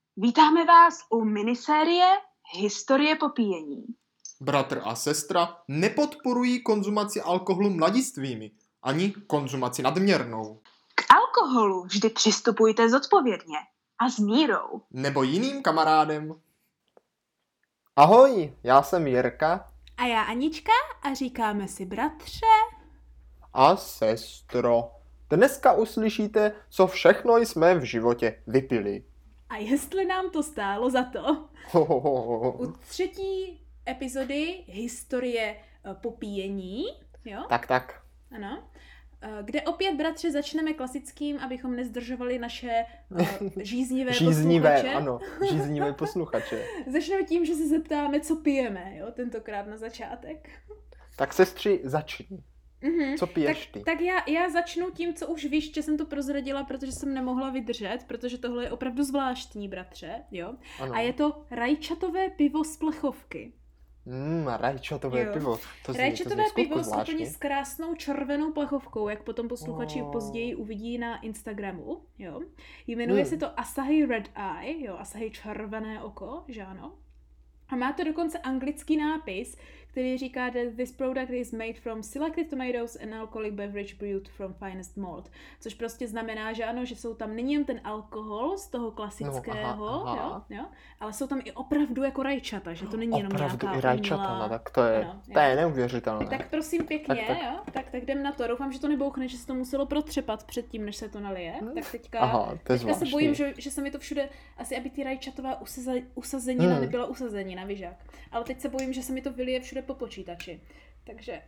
Vítáme vás u minisérie Historie popíjení. Bratr a sestra nepodporují konzumaci alkoholu mladistvými, ani konzumaci nadměrnou. K alkoholu vždy přistupujte zodpovědně a s mírou. Nebo jiným kamarádem. Ahoj, já jsem Jirka. A já Anička a říkáme si bratře. A sestro. Dneska uslyšíte, co všechno jsme v životě vypili. A jestli nám to stálo za to. U třetí epizody historie popíjení, jo? Tak. Ano. Kde opět, bratře, začneme klasickým, abychom nezdržovali naše žíznivé posluchače. Ano, žíznivé posluchače. Začneme tím, že se zeptáme, co pijeme, jo, tentokrát na začátek. Tak sestři, začni. Co piješ ty? Tak já začnu tím, co už víš, že jsem to prozradila, protože jsem nemohla vydržet, protože tohle je opravdu zvláštní, bratře, jo. Ano. A je to rajčatové pivo z plechovky. Rajčatové pivo. Rajčatové pivo s úplně s krásnou červenou plechovkou, jak potom posluchači později uvidí na Instagramu, jo. Jmenuje se to Asahi Red Eye, jo, Asahi červené oko, že ano. A má to dokonce anglický nápis, který říká, that this product is made from selected tomatoes and alcoholic beverage brewed from finest malt. Což prostě znamená, že ano, že jsou tam není jen ten alkohol z toho klasického, jo, ale jsou tam i opravdu jako rajčata, že to není jenom nějaká opravdu i rajčata, no, tak to je neuvěřitelné. Tak prosím pěkně, jo, tak jdem na to. Doufám, že to nebouchne, že se to muselo protřepat předtím, než se to nalije. Tak teďka se bojím, že se mi to všude, asi aby ty rajčatová usazenina nebyla usazenina, víš jak. Ale teď se bojím, že se mi to vylije všude po počítači. Takže...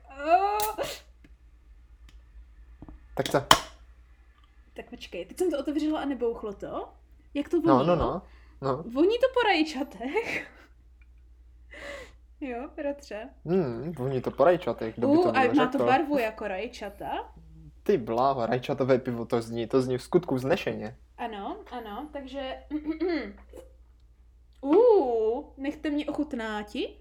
Tak co? Tak počkej, teď jsem to otevřela a nebouchlo to? Jak to voní? No. Voní to po rajčatech. Jo, bratře. Voní to po rajčatech, kdo by to a má to barvu jako rajčata. Ty bláho, rajčatové pivo, to zní v skutku vznešeně. Ano, takže... nechte mě ochutnáti.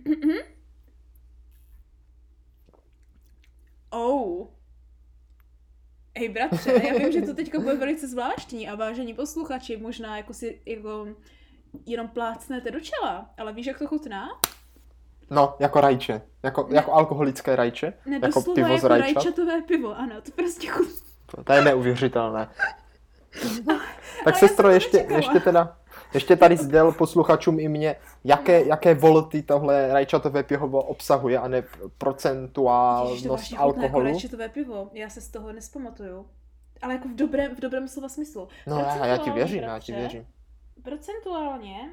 Hej bratře, já vím, že to teďka bude velice zvláštní a vážení posluchači možná jako si jenom plácnete do čela, ale víš, jak to chutná? No, jako rajče. Jako alkoholické rajče. Ne, jako pivo jako z rajčat. Rajčatové pivo, ano, to prostě chutná. To je neuvěřitelné. Tak sestro, ještě tady sděl posluchačům i mě, jaké volty tohle rajčatové pivo obsahuje a ne procentuálnost alkoholu. Jako rajčatové pivo, já se z toho nespamatuju. Ale jako v dobrém slova smyslu. No já ti věřím, Procentuálně,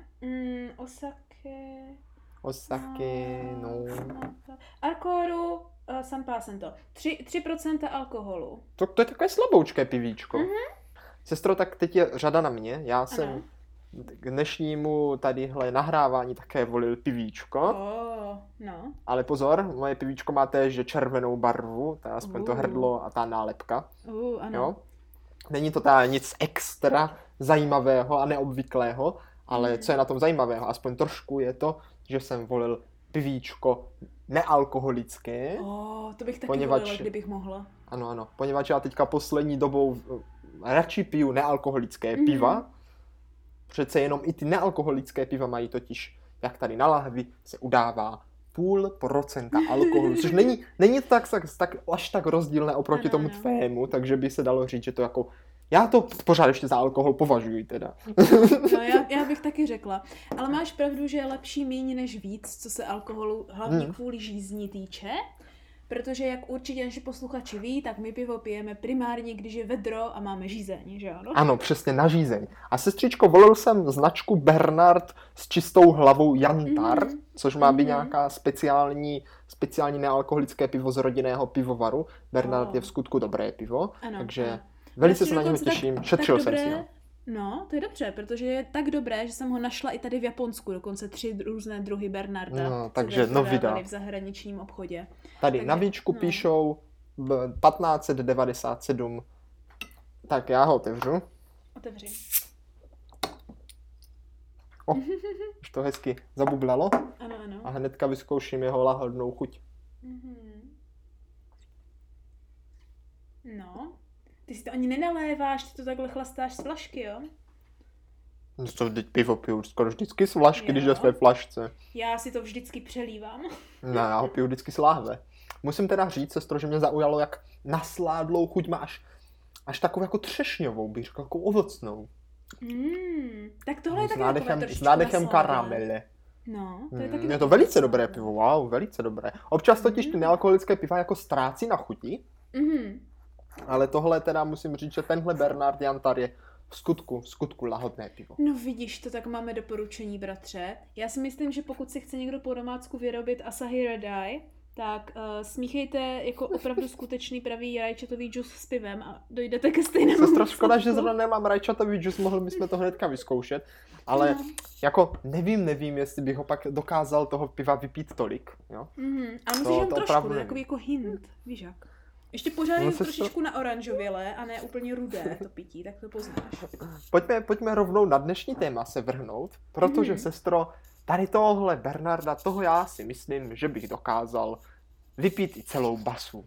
osake, alkoholu, sampásento. 3% alkoholu. To je takové slaboučké pivíčko. Sestro, tak teď je řada na mě. Já jsem k dnešnímu tadyhle nahrávání také volil pivíčko. Ale pozor, moje pivíčko má též červenou barvu, aspoň to hrdlo a ta nálepka. Ano. Jo? Není to nic extra zajímavého a neobvyklého, ale co je na tom zajímavého, aspoň trošku je to, že jsem volil pivíčko nealkoholické. To bych taky volila, kdybych mohla. Ano, poněvadž já teďka poslední dobou radši piju nealkoholické piva. Přece jenom i ty nealkoholické piva mají totiž, jak tady na lahvi se udává, 0,5% alkoholu, což není to až tak rozdílné oproti tomu tvému, takže by se dalo říct, že to jako... Já to pořád ještě za alkohol považuji teda. No, já bych taky řekla. Ale máš pravdu, že je lepší míň než víc, co se alkoholu hlavně kvůli žízni týče. Protože jak určitě naši posluchači ví, tak my pivo pijeme primárně, když je vedro a máme žízeň, že ano? Ano, přesně, na žízeň. A sestřičko, volil jsem značku Bernard s čistou hlavou Jantar, což má být nějaká speciální nealkoholické pivo z rodinného pivovaru. Bernard je v skutku dobré pivo, takže velice se na něho těším, šetřil jsem si ho. No, to je dobře, protože je tak dobré, že jsem ho našla i tady v Japonsku, dokonce 3 různé druhy Bernarda. No, takže novida. V zahraničním obchodě. Tady na víčku píšou 1597. Tak já ho otevřu. Otevři. Už to hezky zabublalo. Ano. A hnedka vyzkouším jeho lahodnou chuť. No. Ty si to ani nenaléváš, ty to takhle chlastáš z flašky, jo? To teď pivo piju skoro vždycky z flašky, když je ve flašce. Já si to vždycky přelívám. No, já ho piju vždycky z láhve. Musím teda říct, sestro, že mě zaujalo, jak nasládlou chuť má až takovou jako třešňovou, bych řekl, jako ovocnou. Tak tohle je taky s nádechem karamele. No, to je taky je to velice dobré pivo, wow, velice dobré. Občas totiž ty nealkoholické piva jako ztrácí na chuti. Ale tohle teda musím říct, že tenhle Bernard Jantar je v skutku lahodné pivo. No vidíš to, tak máme doporučení, bratře. Já si myslím, že pokud si chce někdo po domácku vyrobit Asahi Red Eye, tak smíchejte jako opravdu skutečný pravý rajčatový džus s pivem a dojdete ke stejnému Sestra, škoda, že zrovna nemám rajčatový džus, mohli bychom to hnedka vyzkoušet, ale jako nevím, jestli bych ho pak dokázal toho piva vypít tolik, jo? Ale musíš jen trošku, takový jako hint, víš jak. Ještě pořád je trošičku na oranžověle a ne úplně rudé to pití, tak to poznáš. Pojďme rovnou na dnešní téma se vrhnout, protože sestro, tady tohle Bernarda, toho já si myslím, že bych dokázal vypít i celou basu.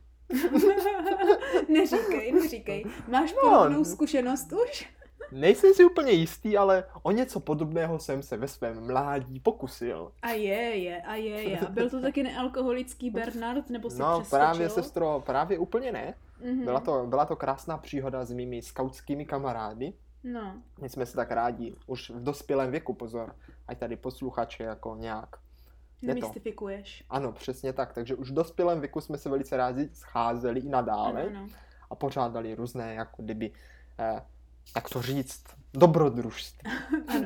Neříkej. Máš podobnou zkušenost už? Nejsem si úplně jistý, ale o něco podobného jsem se ve svém mládí pokusil. A je. A byl to taky nealkoholický Bernard, nebo se přeskočil? No právě, sestro, právě úplně ne. Byla to krásná příhoda s mými skautskými kamarády. No. My jsme se tak rádi, už v dospělém věku, pozor, ať tady posluchače jako nějak nemystifikuješ. Ano, přesně tak, takže už v dospělém věku jsme se velice rádi scházeli i nadále a pořádali různé, jako kdyby, jak to říct, dobrodružství. Ano.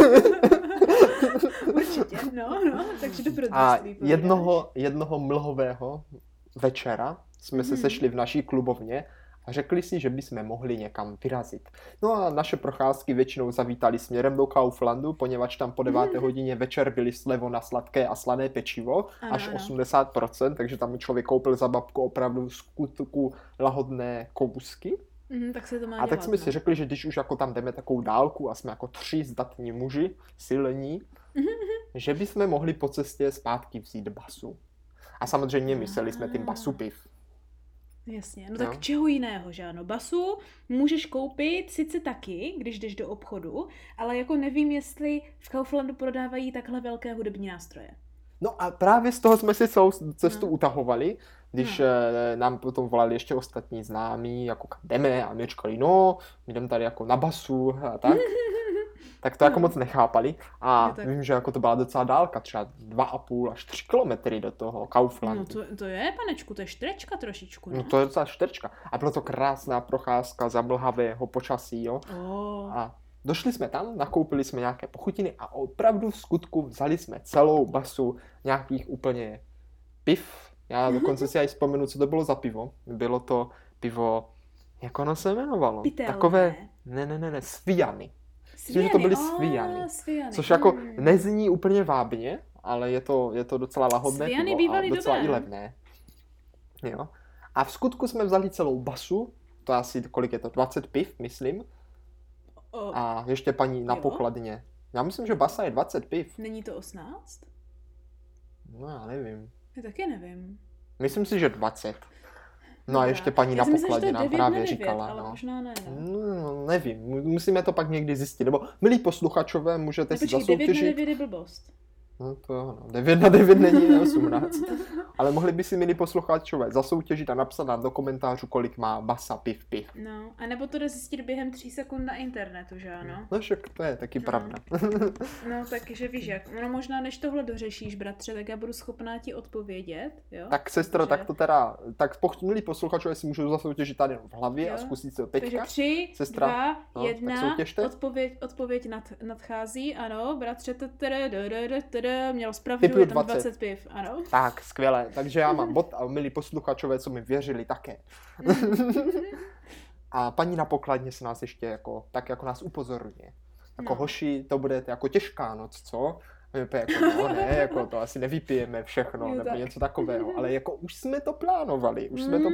Určitě, no, takže dobrodružství. A jednoho mlhového večera jsme se sešli v naší klubovně a řekli si, že bychom mohli někam vyrazit. No a naše procházky většinou zavítali směrem do Kauflandu, poněvadž tam po 9. hodině večer byly slevo na sladké a slané pečivo, až 80%, takže tam člověk koupil za babku opravdu skutku lahodné kousky. Tak se to má a tak jsme si řekli, že když už jako tam jdeme takovou dálku a jsme jako 3 zdatní muži, silní, že bychom mohli po cestě zpátky vzít basu. A samozřejmě mysleli jsme tím basu piv. Jasně, no tak čeho jiného, že ano. Basu můžeš koupit sice taky, když jdeš do obchodu, ale jako nevím, jestli v Kauflandu prodávají takhle velké hudební nástroje. No a právě z toho jsme si celou cestu utahovali, když nám potom volali ještě ostatní známí, jako kam jdeme a my říkali, my jdeme tady jako na basu a tak. Tak to jako moc nechápali a vím, že jako to byla docela dálka, třeba 2,5 až 3 kilometry do toho Kauflandu. No to je, panečku, to je čtverečka trošičku, ne? No to je docela čtverečka. A byla to krásná procházka za mlhavého počasí, jo. A došli jsme tam, nakoupili jsme nějaké pochutiny a opravdu v skutku vzali jsme celou basu nějakých úplně piv. Já dokonce si aj vzpomenu, co to bylo za pivo. Bylo to pivo, jak ono se jmenovalo? Pitelné. Takové, ne, Sviany. Myslím, že to byly Sviany. Což jako nezní úplně vábně, ale je to docela lahodné pivo a docela i levné. Jo. A v skutku jsme vzali celou basu, to asi, kolik je to, 20 piv, myslím. A ještě paní na pokladně. Já myslím, že basa je 20 piv. Není to 18? No já nevím. Já taky nevím. Myslím si, že 20. No a ještě paní na pokladě nám právě říkala. Ale možná ne. No, nevím, musíme to pak někdy zjistit. Nebo milí posluchačové, můžete si zasoutěžit. 9 na 9 je blbost. No to jo, 9 na 9 není 18. Ale mohli by si, milí posluchačové, zasoutěžit a napsat nám do komentářů, kolik má basa piv. No, a nebo to jde zjistit během 3 sekund na internetu, že ano? No však to je taky pravda. No, takže víš jak. No možná, než tohle dořešíš, bratře, tak já budu schopná ti odpovědět, jo? Tak sestro, tak to teda, milí posluchačové, si můžou zasoutěžit tady v hlavě a zkusit si to teďka. Takže 3, sestra, 2, 1, odpověď nadchází, ano, bratře, měl zpravdu, je tam 20 piv, ano. Tak, skvěle, takže já mám bod a milí posluchačové, co mi věřili, také. A paní na pokladně se nás ještě jako nás upozorňuje. Jako hoši, to bude jako těžká noc, co? A my jako, ne, jako to asi nevypijeme všechno, nebo tak. Něco takového, ale jako už jsme to plánovali.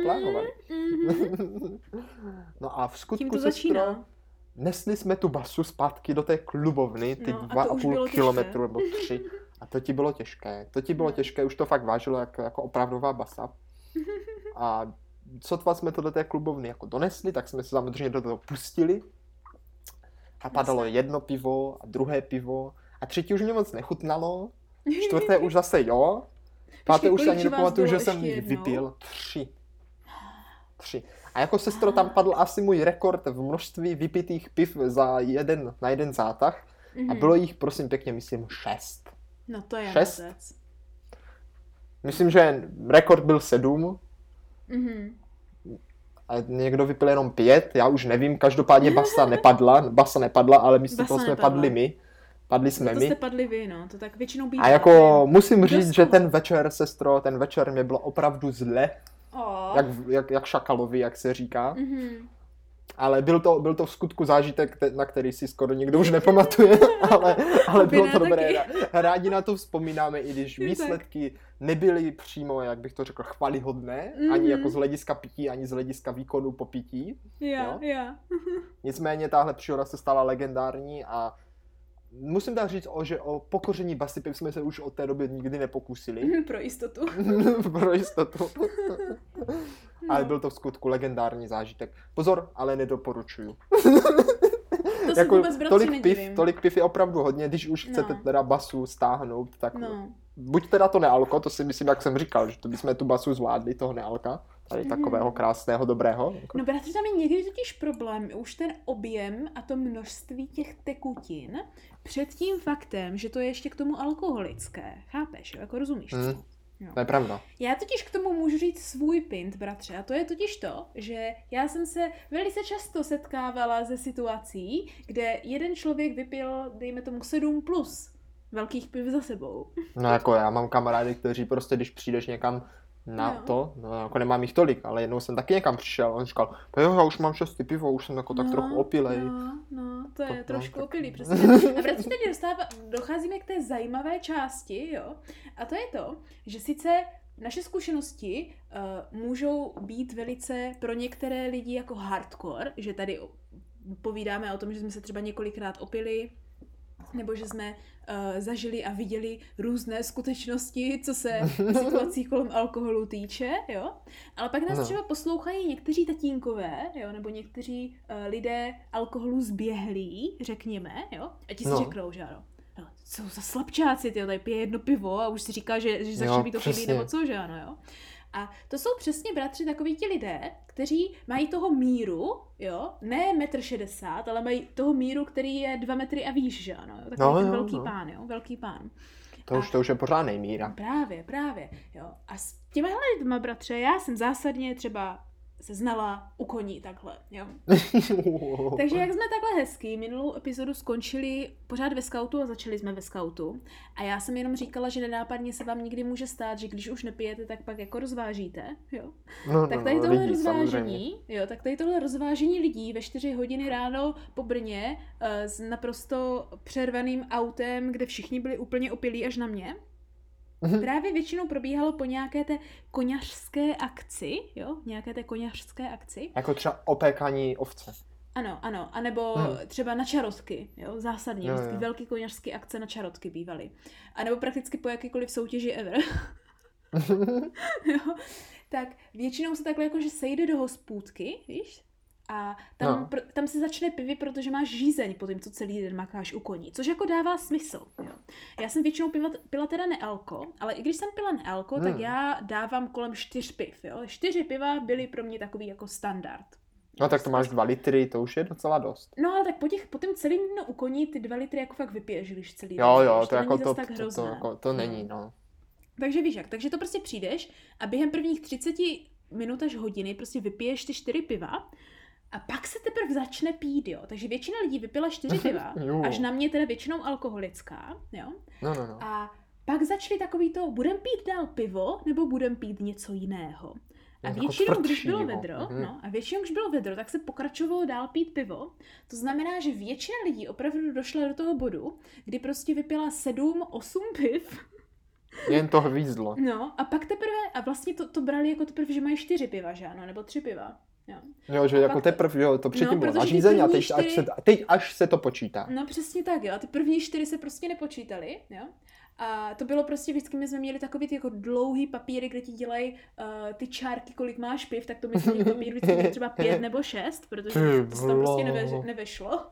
No a v skutku, sestro, nesli jsme tu basu zpátky do té klubovny, ty 2,5 kilometru nebo 3. A to ti bylo těžké. Už to fakt vážilo jako opravdová basa. A sotva jsme to do té klubovny jako donesli, tak jsme se samozřejmě do toho pustili. A padalo jedno pivo a druhé pivo a třetí už mě moc nechutnalo, čtvrté už zase jo, páté už se ani nepamatuju, že jsem vypil 3. A jako sestro, tam padl asi můj rekord v množství vypitých piv na jeden zátah a bylo jich, prosím pěkně, myslím 6. No to je 6. mazec. Myslím, že rekord byl 7. A někdo vypil jenom 5, já už nevím, každopádně basa nepadla, ale místo toho jsme padli my. Padli jsme to my. jste padli vy, no, to tak většinou bývá. A jako musím říct, že ten večer, sestro, mě bylo opravdu zle. Jak šakalovi, jak se říká. Ale byl to v skutku zážitek, na který si skoro nikdo už nepamatuje, ale bylo to dobré. Rádi na to vzpomínáme, i když výsledky nebyly přímo, jak bych to řekl, chvalihodné, ani jako z hlediska pití, ani z hlediska výkonu po pití. Nicméně tahle příhoda se stala legendární a musím tak říct, že o pokoření basy piv jsme se už od té doby nikdy nepokusili. Pro jistotu. Pro jistotu. Ale byl to v skutku legendární zážitek. Pozor, ale nedoporučuju. To se jako vůbec bratři nedivím. Tolik piv je opravdu hodně, když už chcete teda basu stáhnout, tak buď teda to nealko, to si myslím, jak jsem říkal, že to bychom tu basu zvládli, toho nealka, tady takového krásného, dobrého. No bratře, tam je někdy totiž problém, už ten objem a to množství těch tekutin před tím faktem, že to je ještě k tomu alkoholické, chápeš, jako rozumíš co? Jo. To je pravda. Já totiž k tomu můžu říct svůj pint, bratře, a to je totiž to, že já jsem se velice často setkávala ze situací, kde jeden člověk vypil, dejme tomu 7+ velkých piv za sebou. No jako já mám kamarády, kteří prostě, když přijdeš někam jako nemám jich tolik, ale jednou jsem taky někam přišel a on říkal, jo, já už mám 6 pivo, už jsem jako tak trochu opilej. No, to je trošku opilý, přesně. A bratře, teď docházíme k té zajímavé části, jo, a to je to, že sice naše zkušenosti můžou být velice pro některé lidi jako hardcore, že tady povídáme o tom, že jsme se třeba několikrát opili, nebo že jsme zažili a viděli různé skutečnosti, co se situací kolem alkoholu týče, jo. Ale pak nás třeba poslouchají někteří tatínkové, jo, nebo někteří lidé alkoholu zběhlí, řekněme, jo. A ti si řeknou, že ano, co za slabčáci, ty tady pije jedno pivo a už si říká, že začne být opilý, nebo co, že ano, jo. A to jsou přesně, bratři, takoví ti lidé, kteří mají toho míru, jo, ne 1,60 m, ale mají toho míru, který je 2 metry a výš, že ano, jo, takový ten velký pán, jo, velký pán. To už je pořádnej míra. Právě, jo. A s těmihle lidma, bratře, já jsem zásadně třeba se znala u koní takhle, jo. Takže jak jsme takhle hezky minulou epizodu skončili pořád ve skautu a začali jsme ve skautu. A já jsem jenom říkala, že nenápadně se vám někdy může stát, že když už nepijete, tak pak jako rozvážíte, jo. Tak tady tohle rozvážení, jo, tak tady tohle rozvážení lidí ve 4 hodiny ráno po Brně s naprosto přervaným autem, kde všichni byli úplně opilí až na mě. Právě většinou probíhalo po nějaké té koňařské akci, jo, Jako třeba opékání ovce. Ano, anebo třeba na čarotky, jo, zásadně, vždycky velký koňařské akce na čarotky bývaly. A nebo prakticky po jakýkoliv soutěži ever. Jo, tak většinou se takhle jakože sejde do hospůdky, víš? A tam se začne pivy, protože máš žízeň po tím, co celý den makáš u koní. Což jako dává smysl. Jo. Já jsem většinou pila teda nealko, ale i když jsem pila nealko, tak já dávám kolem 4 piv. Jo. 4 piva byly pro mě takový jako standard. No tak to máš 2 litry, to už je docela dost. No ale tak po tím celým dnu u koní ty 2 litry jako fakt vypiješ, když celý den. Jo, to jako to není, no. Takže víš jak, takže to prostě přijdeš a během prvních 30 minut až hodiny prostě vypiješ ty 4 piva. A pak se teprve začne pít, jo. Takže většina lidí vypila 4 piva, až na mě teda většinou alkoholická, jo. No. A pak začali takový to, budem pít dál pivo, nebo budem pít něco jiného. A většinou, když bylo vedro, tak se pokračovalo dál pít pivo. To znamená, že většina lidí opravdu došla do toho bodu, kdy prostě vypila 7-8 piv. Jen to hvízdlo. No, a pak teprve, a vlastně to brali jako teprve, že mají 4 piva, že ano, nebo 3 piva. Jo, že jako teprve, jo, to předtím bylo nařízení a teď až se to počítá. No přesně tak, jo, a ty první 4 se prostě nepočítaly, jo. A to bylo prostě vždycky, my jsme měli takový ty jako dlouhý papíry, kde ti dělají ty čárky, kolik máš piv, tak to my jsme měli papír vždycky třeba 5 nebo 6, protože to se tam prostě nevešlo.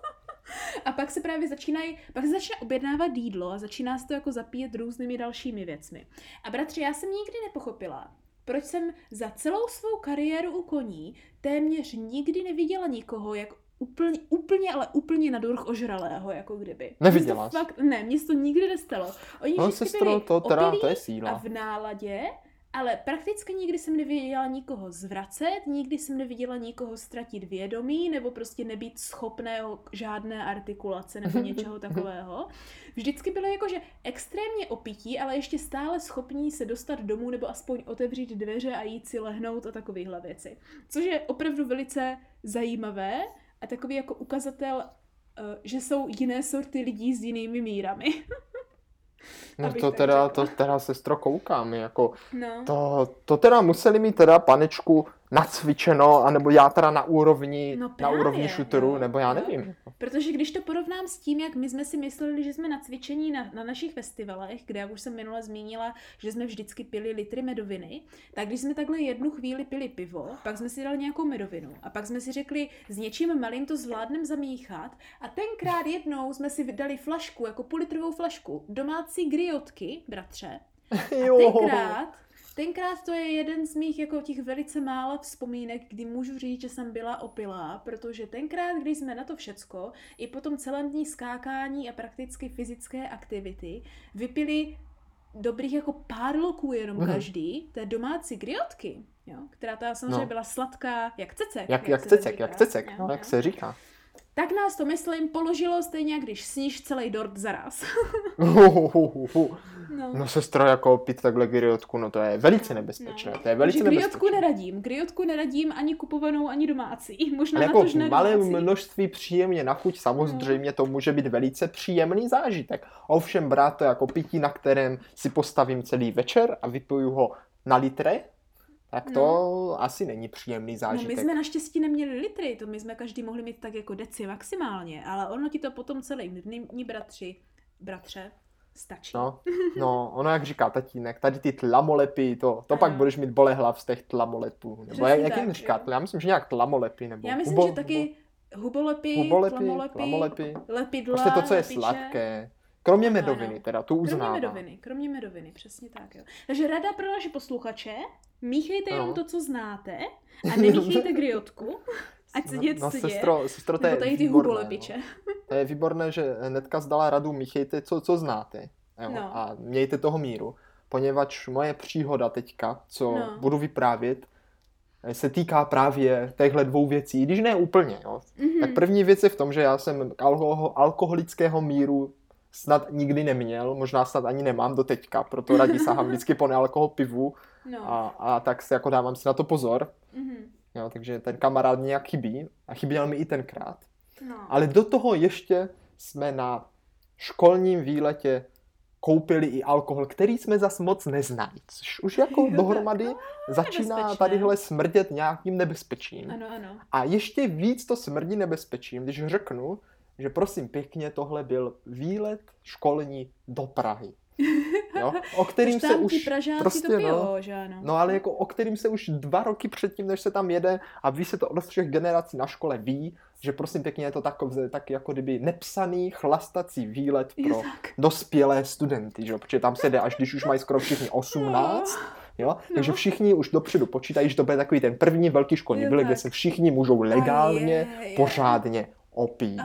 A pak se právě začíná objednávat jídlo a začíná se to jako zapíjet různými dalšími věcmi. A bratře, já jsem nikdy nepochopila, proč jsem za celou svou kariéru u koní téměř nikdy neviděla nikoho, jak úplně na durch ožralého, jako kdyby. Neviděla jsi? Mně se to nikdy nestalo. Oni no, vždycky sestro, byli to je síla. a v náladě, ale prakticky nikdy jsem neviděla nikoho zvracet, nikdy jsem neviděla nikoho ztratit vědomí, nebo prostě nebýt schopného žádné artikulace nebo něčeho takového. Vždycky bylo jako, že extrémně opití, ale ještě stále schopní se dostat domů nebo aspoň otevřít dveře a jít si lehnout a takovéhle věci. Což je opravdu velice zajímavé a takový jako ukazatel, že jsou jiné sorty lidí s jinými mírami. No to teda sestro koukám, jako no. to teda museli mít teda panečku nacvičeno, anebo já teda na úrovni šuteru, nebo já nevím. Protože když to porovnám s tím, jak my jsme si mysleli, že jsme nacvičení na našich festivalech, kde já už jsem minule zmínila, že jsme vždycky pili litry medoviny, tak když jsme takhle jednu chvíli pili pivo, pak jsme si dali nějakou medovinu a pak jsme si řekli, s něčím malým to zvládnem zamíchat a tenkrát jednou jsme si dali flašku, jako půllitrovou flašku, domácí griotky, bratře. A tenkrát to je jeden z mých jako těch velice mála vzpomínek, kdy můžu říct, že jsem byla opilá, protože tenkrát, když jsme na to všecko, i po tom celém dní skákání a prakticky fyzické aktivity, vypili dobrých jako pár loků jenom každý, té domácí griotky, jo, která ta samozřejmě byla sladká, jak cecek. Jak se říká. Tak nás to, myslím, položilo stejně, jak když sníš celý dort zaraz. No sestro, jako pít takhle griotku, no to je velice nebezpečné. To je velice nebezpečné. Griotku neradím ani kupovanou, ani domácí. Možná ale na jako to, že ne malé domácí. množství příjemně na chuť, samozřejmě to může být velice příjemný zážitek. Ovšem brát to jako pití, na kterém si postavím celý večer a vypiju ho na litre, tak to asi není příjemný zážitek. No my jsme naštěstí neměli litry, to my jsme každý mohli mít tak jako deci maximálně, ale ono ti to potom celý dní bratře stačí. No, ono jak říká tatínek, tady ty tlamolepy, to pak budeš mít bolehlav z těch tlamolepů. Nebo jak jim říká? Já myslím, že nějak tlamolepy. Nebo já myslím, že taky hubolepy, tlamolepy, lepidla, prostě to, co je lepiče. Sladké. Kromě medoviny, teda, tu uznávám. Kromě medoviny, přesně tak, jo. Takže rada pro naše posluchače, míchejte jenom to, co znáte a nemíchejte griotku, ať se děje, co se děje. Sestro, to je tady ty výborné. hubolepiče. To je výborné, že hnedka zdala radu, míchejte, co znáte. Jo, a mějte toho míru. Poněvadž moje příhoda teďka, co budu vyprávět, se týká právě těchto dvou věcí, když ne úplně. Jo. Tak první věc je v tom, že já jsem alkoholického míru snad nikdy neměl, možná snad ani nemám do teďka, proto raději sahám vždycky po nealkohol pivu a tak se jako dávám si na to pozor. Jo, takže ten kamarád nějak chybí a chyběl mi i tenkrát. Ale do toho ještě jsme na školním výletě koupili i alkohol, který jsme zas moc neznali. Což už jako dohromady začíná tadyhle smrdět nějakým nebezpečím. Ano. A ještě víc to smrdí nebezpečím, když řeknu, že prosím pěkně, tohle byl výlet školní do Prahy. Jo? O kterým se už prostě to pijou, že ano. No ale jako o kterým se už 2 roky předtím, než se tam jede a ví se to od všech generací na škole ví, že prosím pěkně je to tak jako kdyby nepsaný chlastací výlet pro dospělé studenty, že? Protože tam se jde, až když už mají skoro všichni 18, jo? Takže všichni už dopředu počítají, že to bude takový ten první velký školní výlet, kde se všichni můžou legálně, pořádně opít.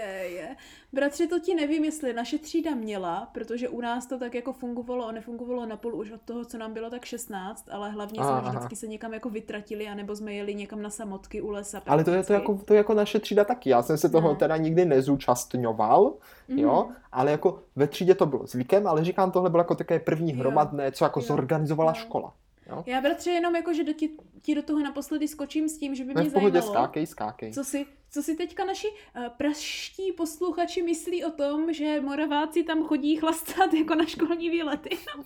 Bratře, to ti nevím, jestli naše třída měla, protože u nás to tak jako fungovalo a nefungovalo napůl už od toho, co nám bylo tak 16, ale hlavně jsme vždycky se někam jako vytratili, anebo jsme jeli někam na samotky u lesa. Ale to je jako naše třída taky. Já jsem se toho teda nikdy nezúčastňoval, jo, ale jako ve třídě to bylo zvykem, ale říkám, tohle bylo jako také první hromadné, co jako zorganizovala škola. Jo? Já, bratře, jenom jako, že ti do toho naposledy skočím s tím, že by mě v pohodě, zajímalo, skákej. Co si teďka naši praští posluchači myslí o tom, že Moraváci tam chodí chlastat jako na školní výlety.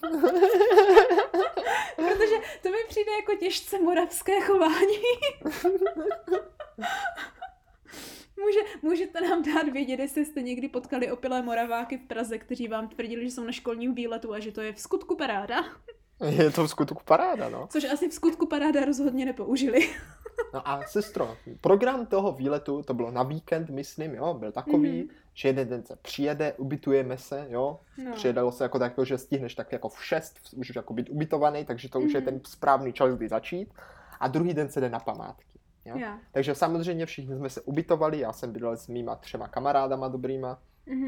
Protože to mi přijde jako těžce moravské chování. Můžete nám dát vědět, jestli jste někdy potkali opilé Moraváky v Praze, kteří vám tvrdili, že jsou na školním výletu a že to je v skutku paráda. Je to v skutku paráda, no. Což asi v skutku paráda rozhodně nepoužili. No a sestro, program toho výletu, to bylo na víkend, myslím, jo, byl takový, že jeden den se přijede, ubytujeme se, jo, přijedalo se jako tak, že stihneš tak jako v 6, už jako být ubytovaný, takže to už je ten správný čas, kdy začít, a druhý den se jde na památky, jo. Takže samozřejmě všichni jsme se ubytovali, já jsem bydlel s mýma 3 kamarádama dobrýma,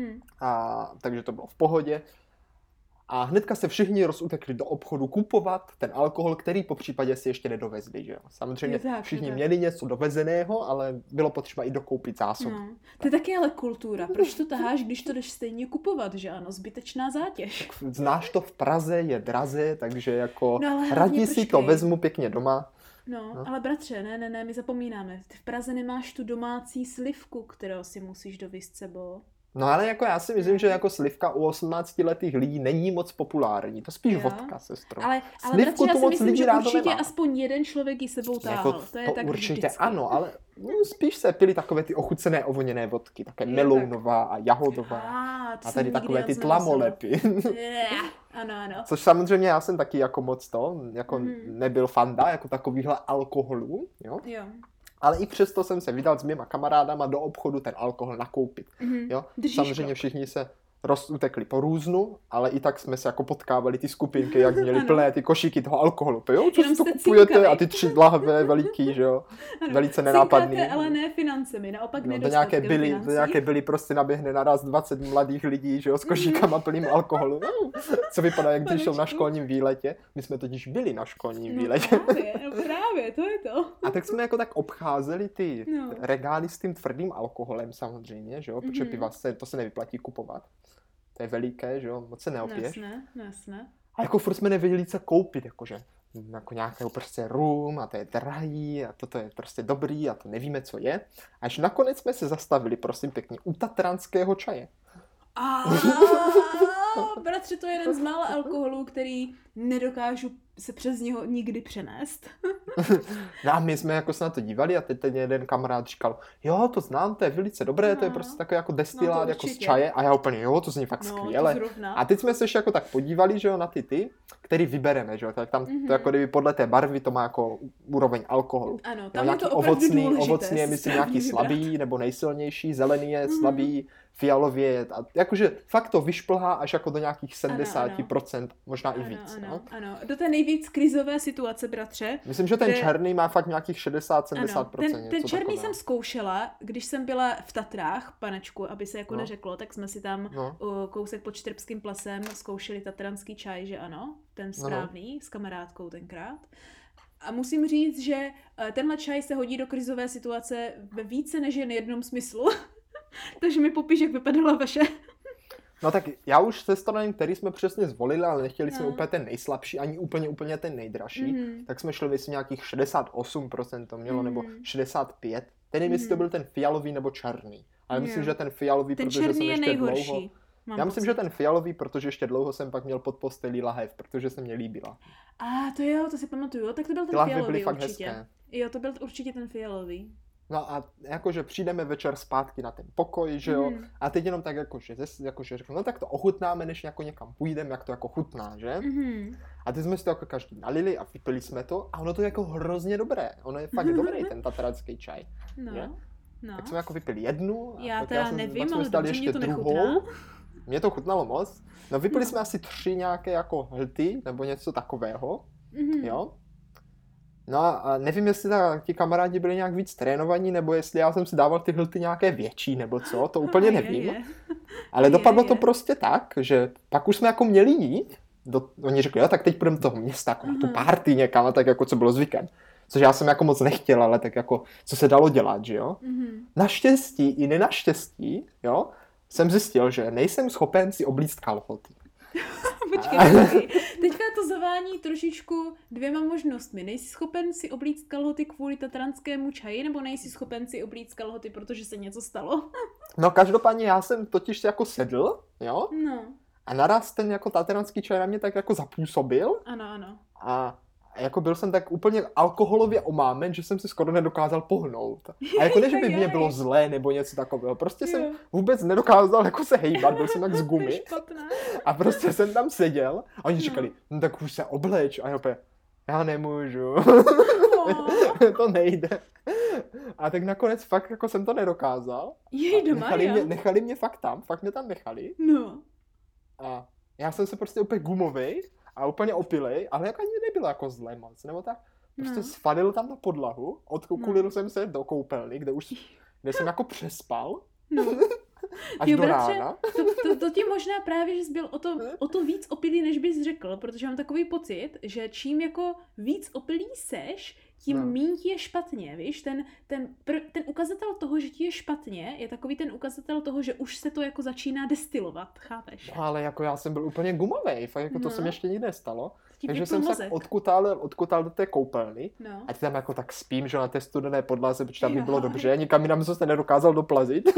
a takže to bylo v pohodě. A hnedka se všichni rozutekli do obchodu kupovat ten alkohol, který po případě si ještě nedovezli, že jo. Samozřejmě všichni měli něco dovezeného, ale bylo potřeba i dokoupit zásoby. No. To je taky ale kultura. Proč to taháš, když to jdeš stejně kupovat, že ano? Zbytečná zátěž. Znáš to, v Praze je draze, takže jako raději si to vezmu pěkně doma. No, ale bratře, ne, my zapomínáme. Ty v Praze nemáš tu domácí slivku, kterou si musíš dovízt sebou. No ale jako já si myslím, že jako slivka u 18letých lidí není moc populární. To spíš vodka, sestro. Ale bratře, já si myslím, že určitě aspoň jeden člověk ji sebou táhl. Jako, to je tak určitě vždycky. Ano, ale spíš se pily takové ty ochucené ovoněné vodky. Také melounová a jahodová. A tady takové ty tlamolepy. Ano. Což samozřejmě já jsem taky jako moc nebyl fanda jako takovýhle alkoholů. Jo. Ale i přesto jsem se vydal s mýma kamarádama do obchodu ten alkohol nakoupit. Jo? Samozřejmě všichni se rozutekli po různu, ale i tak jsme se jako potkávali ty skupinky, jak měli plné ty košíky toho alkoholu. To jo, co si to kupujete? Cinkali. A ty 3 lahve veliký, že jo? Velice nenápadný. Cinkáte, ale ne financemi, naopak do nějaké byly prostě naběhne naraz 20 mladých lidí, že jo, s košíkama plným alkoholu. Co vypadá, jak když šel na školním výletě. My jsme totiž byli na školním výletě. Právě, to je to. A tak jsme jako tak obcházeli ty regály s tím tvrdým alkoholem samozřejmě, že jo, protože piva to se nevyplatí kupovat. To je veliké, že jo, moc se neopiješ. Jasné. A jako furt jsme nevěděli, co koupit, jakože jako nějakého prostě rum a to je drahý a toto je prostě dobrý a to nevíme, co je. Až nakonec jsme se zastavili, prosím pěkně, u tatranského čaje. Bratře, to je jeden z mála alkoholů, který nedokážu se přes něho nikdy přenést. No a my jsme jako se na to dívali a teď ten jeden kamarád říkal, jo, to znám, to je velice dobré, to je prostě takový jako destilát, jako z čaje a já úplně, jo, to zní fakt skvěle. A teď jsme se ještě jako tak podívali, že jo, na ty, který vybereme, že jo, tak tam to jako kdyby podle té barvy to má jako úroveň alkoholu. Ano, tam je to opravdu důležité. Ovocný je myslím nějaký slabý nebo nejsilnější, zelený je slabý, fialový je, a jakože fakt to vyšplhá až jako do nějakých 70%, možná i víc. Ano, do té nejvíc krizové situace, bratře. Myslím, že ten černý má fakt nějakých 60-70%. Ten černý jsem zkoušela, když jsem byla v Tatrách, panečku, aby se jako neřeklo, tak jsme si tam kousek pod Štrbským plasem zkoušeli tatranský čaj, že ano, ten správný, s kamarádkou tenkrát. A musím říct, že tenhle čaj se hodí do krizové situace ve více než jen jednom smyslu. Takže mi popiš, jak vypadala vaše. No tak já už se strany, který jsme přesně zvolili, ale nechtěli jsme úplně ten nejslabší, ani úplně ten nejdražší, tak jsme šli myslím nějakých 68% to mělo, nebo 65%. Ten nevím, jestli to byl ten fialový nebo černý. Ale myslím, že ten fialový, protože jsem ještě dlouho... Já myslím, že ten fialový, protože ještě dlouho jsem pak měl pod postelí lahev, protože se mě líbila. To jo, to si pamatuju, tak to byl ten fialový byly fakt určitě. Hezké. Jo, to byl určitě ten fialový. No a jakože přijdeme večer zpátky na ten pokoj, že jo, a teď jenom tak jakože řeknu, no tak to ochutnáme, než jako někam půjdeme, jak to jako chutná, že? A teď jsme si to jako každý nalili a vypili jsme to a ono to je jako hrozně dobré, ono je fakt dobrý ten tatranský čaj, Tak jsme jako vypili jednu a já nevím, jsme stali ještě druhou. Mně to chutnalo moc, no vypili jsme asi 3 nějaké jako hlty, nebo něco takového, jo. No a nevím, jestli ti kamarádi byli nějak víc trénovaní, nebo jestli já jsem si dával ty hlty nějaké větší, nebo co, to úplně nevím. Ale dopadlo to prostě tak, že pak už jsme jako měli jít, oni řekli, jo, tak teď půjdeme do toho města, jako na tu party někam, a tak jako co bylo zvykem. Což já jsem jako moc nechtěl, ale tak jako, co se dalo dělat, že jo. Naštěstí i nenaštěstí, jo, jsem zjistil, že nejsem schopen si oblíct kalhoty. Počkej. Teďka to zavání trošičku 2 možnostmi. Nejsi schopen si oblíct kalhoty kvůli tatranskému čaji, nebo nejsi schopen si oblíct kalhoty, protože se něco stalo? No každopádně já jsem totiž jako sedl, jo? No. A naraz ten jako tatranský čaj na mě tak jako zapůsobil. Ano. A jako byl jsem tak úplně alkoholově omámen, že jsem si skoro nedokázal pohnout. A jako ne, že by mě bylo zlé nebo něco takového. Prostě jsem vůbec nedokázal jako se hejbat, byl jsem jak z gumy. A prostě jsem tam seděl a oni říkali, no tak už se obleč. A já opět, já nemůžu. To nejde. A tak nakonec fakt jako jsem to nedokázal. Nechali mě fakt mě tam nechali. No. A já jsem se prostě úplně gumovej a úplně opilej, ale jako ani nebylo jako zlé moc, nebo tak. Prostě spadl tam na podlahu, odkulil jsem se do koupelny, kde jsem jako přespal. No. Až do rána. To ti možná právě, že jsi byl o to víc opilý, než bys řekl, protože mám takový pocit, že čím jako víc opilý seš, tím míň ti je špatně, víš? Ten ukazatel toho, že ti je špatně, je takový ten ukazatel toho, že už se to jako začíná destilovat, chápeš? No, ale jako já jsem byl úplně gumovej, fakt jako to se mi ještě nikdy nestalo. Takže jsem mozek. se odkutal do té koupelny a ty tam jako tak spím, že na té studené podlaze, protože tam mi bylo dobře, nikam jinam jsem se nedokázal doplazit.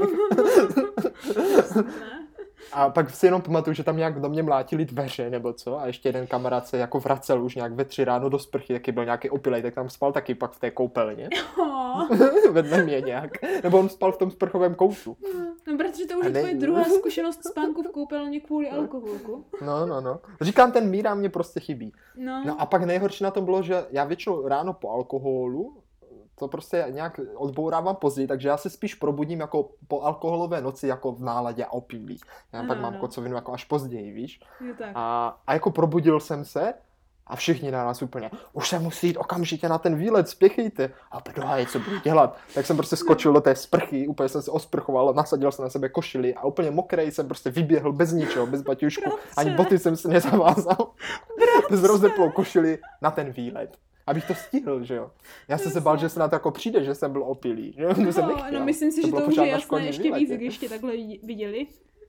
A pak si jenom pamatuju, že tam nějak do mě mlátili dveře nebo co a ještě jeden kamarád se jako vracel už nějak ve 3 ráno do sprchy, taky byl nějaký opilej, tak tam spal taky pak v té koupelně. Vedle mě nějak. Nebo on spal v tom sprchovém koutu. No, protože to už je tvoje druhá zkušenost spánku v koupelně kvůli alkoholku. No. Říkám, ten míra mě prostě chybí. No a pak nejhorší na tom bylo, že já většinou ráno po alkoholu to prostě nějak odbourávám později, takže já se spíš probudím jako po alkoholové noci jako v náladě a opilý. Já pak mám kocovinu jako až později, víš. A jako probudil jsem se a všichni na nás úplně, už se musí jít okamžitě na ten výlet, spěchejte. A dohaj, co budu dělat? Tak jsem prostě skočil do té sprchy, úplně jsem se osprchoval, nasadil jsem na sebe košili a úplně mokrej jsem prostě vyběhl bez ničeho, bez baťušku. Ani boty jsem si nezavázal. Bez rozteplou košili na ten výlet. Abych to stihl, že jo. Já jsem se bál, že se na to jako přijde, že jsem byl opilý. Že? To jsem nechtěl. No myslím si, že to už je jasné ještě víc, když tě takhle viděli.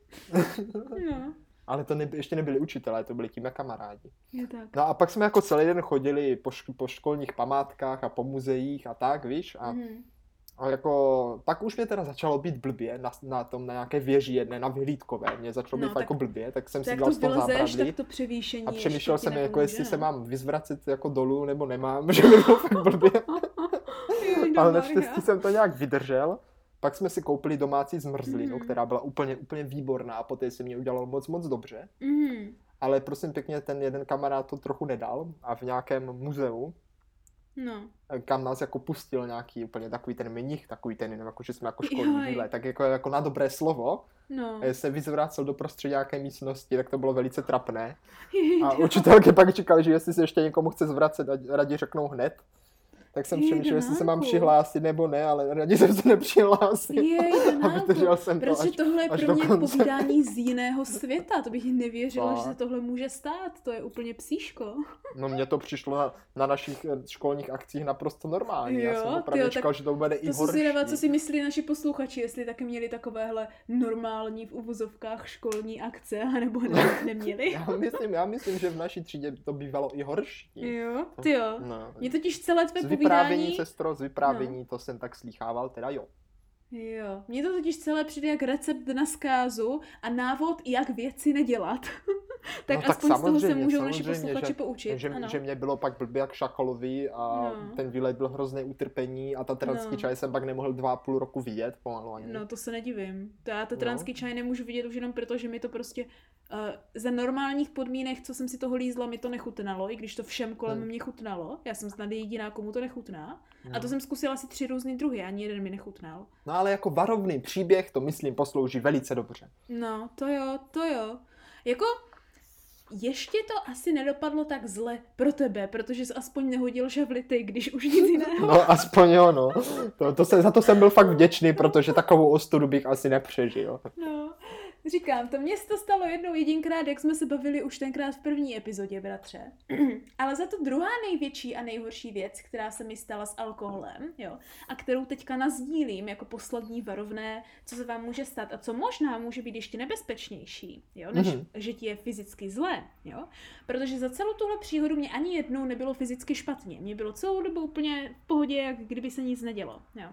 No. Ale to ještě nebyli učitelé, to byli tím kamarádi. Je tak. No a pak jsme jako celý den chodili po školních památkách a po muzeích a tak, víš. A jako, pak už mě teda začalo být blbě na nějaké věži jedné, na Vyhlídkové, mě začalo být jako blbě, tak jsem si dal z toho zábradlí. Tak to převýšení a přemýšlel jsem jako, jestli se mám vyzvracet jako dolů, nebo nemám, že by bylo fakt blbě. Ale naštěstí jsem to nějak vydržel. Pak jsme si koupili domácí zmrzlinu, která byla úplně výborná a poté se mě udělalo moc dobře. Ale prosím pěkně, ten jeden kamarád to trochu nedal a v nějakém muzeu, kam nás jako pustil nějaký úplně takový ten mnich, takový ten, jako že jsme jako školní výlet, tak jako na dobré slovo se vyzvracel do prostředí nějaké místnosti, tak to bylo velice trapné. A učitelky pak říkali, že jestli se ještě někomu chce zvracet, raději řeknou hned. Tak jsem přemýšlel, jestli se mám přihlásit nebo ne, ale raději jsem se nepřihlásil. A vydržel jsem to protože tohle je pro mě povídání z jiného světa. To bych nevěřila, že se tohle může stát. To je úplně psíško. No mně to přišlo na našich školních akcích naprosto normální. Já jsem opravdu čekal, že to bude i horší. Co si myslí naši posluchači, jestli taky měli takovéhle normální v uvozovkách školní akce, anebo neměli. Já myslím, že v naší třídě to bývalo i horší. Jo. Mě totiž celé tvé povídání... Z vyprávění, to jsem tak slýchával, teda jo. Jo, mně to totiž celé přijde jak recept na zkázu a návod, jak věci nedělat. Tak aspoň z toho se můžou naši posluchači poučit. Že mě bylo pak blbě jak šakalovi a ten výlet byl hrozné utrpení a tatranský čaj jsem pak nemohl 2,5 roku vidět pomalu ani. No to se nedivím. Já tatranský čaj nemůžu vidět už jenom proto, že mi to prostě za normálních podmínek, co jsem si toho lízla, mi to nechutnalo, i když to všem kolem mě chutnalo. Já jsem snad jediná, komu to nechutná. A to jsem zkusila asi 3 různý druhy, ani jeden mi nechutnal. No ale jako varovný příběh to myslím poslouží velice dobře. No, to jo. Jako ještě to asi nedopadlo tak zle pro tebe, protože jsi aspoň nehodil žavlity, když už nic jiného. No aspoň jo, no. Za to jsem byl fakt vděčný, protože takovou ostudu bych asi nepřežil. No, říkám, to mě se to stalo jednou jedinkrát, jak jsme se bavili už tenkrát v první epizodě, bratře. Ale za to druhá největší a nejhorší věc, která se mi stala s alkoholem, jo, a kterou teďka nazdílím jako poslední varovné, co se vám může stát a co možná může být ještě nebezpečnější, jo, než že ti je fyzicky zlé, jo, protože za celou tuhle příhodu mě ani jednou nebylo fyzicky špatně, mě bylo celou dobu úplně v pohodě, jak kdyby se nic nedělo, jo.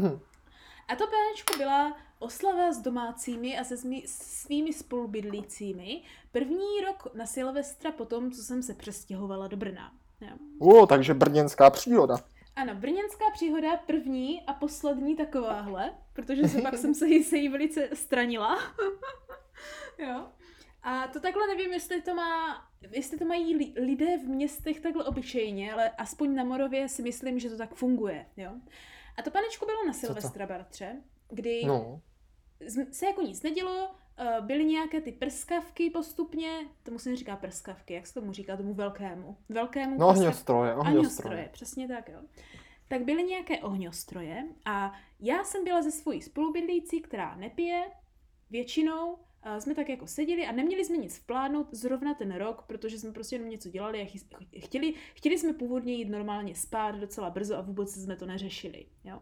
A to péčko byla oslava s domácími a se svými spolubydlícími první rok na Silvestra po tom, co jsem se přestěhovala do Brna. Takže brněnská příhoda. Ano, brněnská příhoda, první a poslední takováhle, protože pak jsem se jí velice stranila. Jo. A to takhle nevím, jestli to má jestli to mají lidé v městech takhle obyčejně, ale aspoň na Moravě si myslím, že to tak funguje, jo. A to panečku bylo na Silvestra, bratře, kdy se jako nic nedělo, byly nějaké ty prskavky postupně, tomu se neříká prskavky, jak se tomu říká, tomu velkému no, ohňostroje, přesně tak, jo. Tak byly nějaké ohňostroje a já jsem byla ze svojí spolubydlící, která nepije, většinou jsme tak jako seděli a neměli jsme nic v plánu zrovna ten rok, protože jsme prostě jenom něco dělali a chtěli jsme původně jít normálně spát docela brzo a vůbec jsme to neřešili, jo.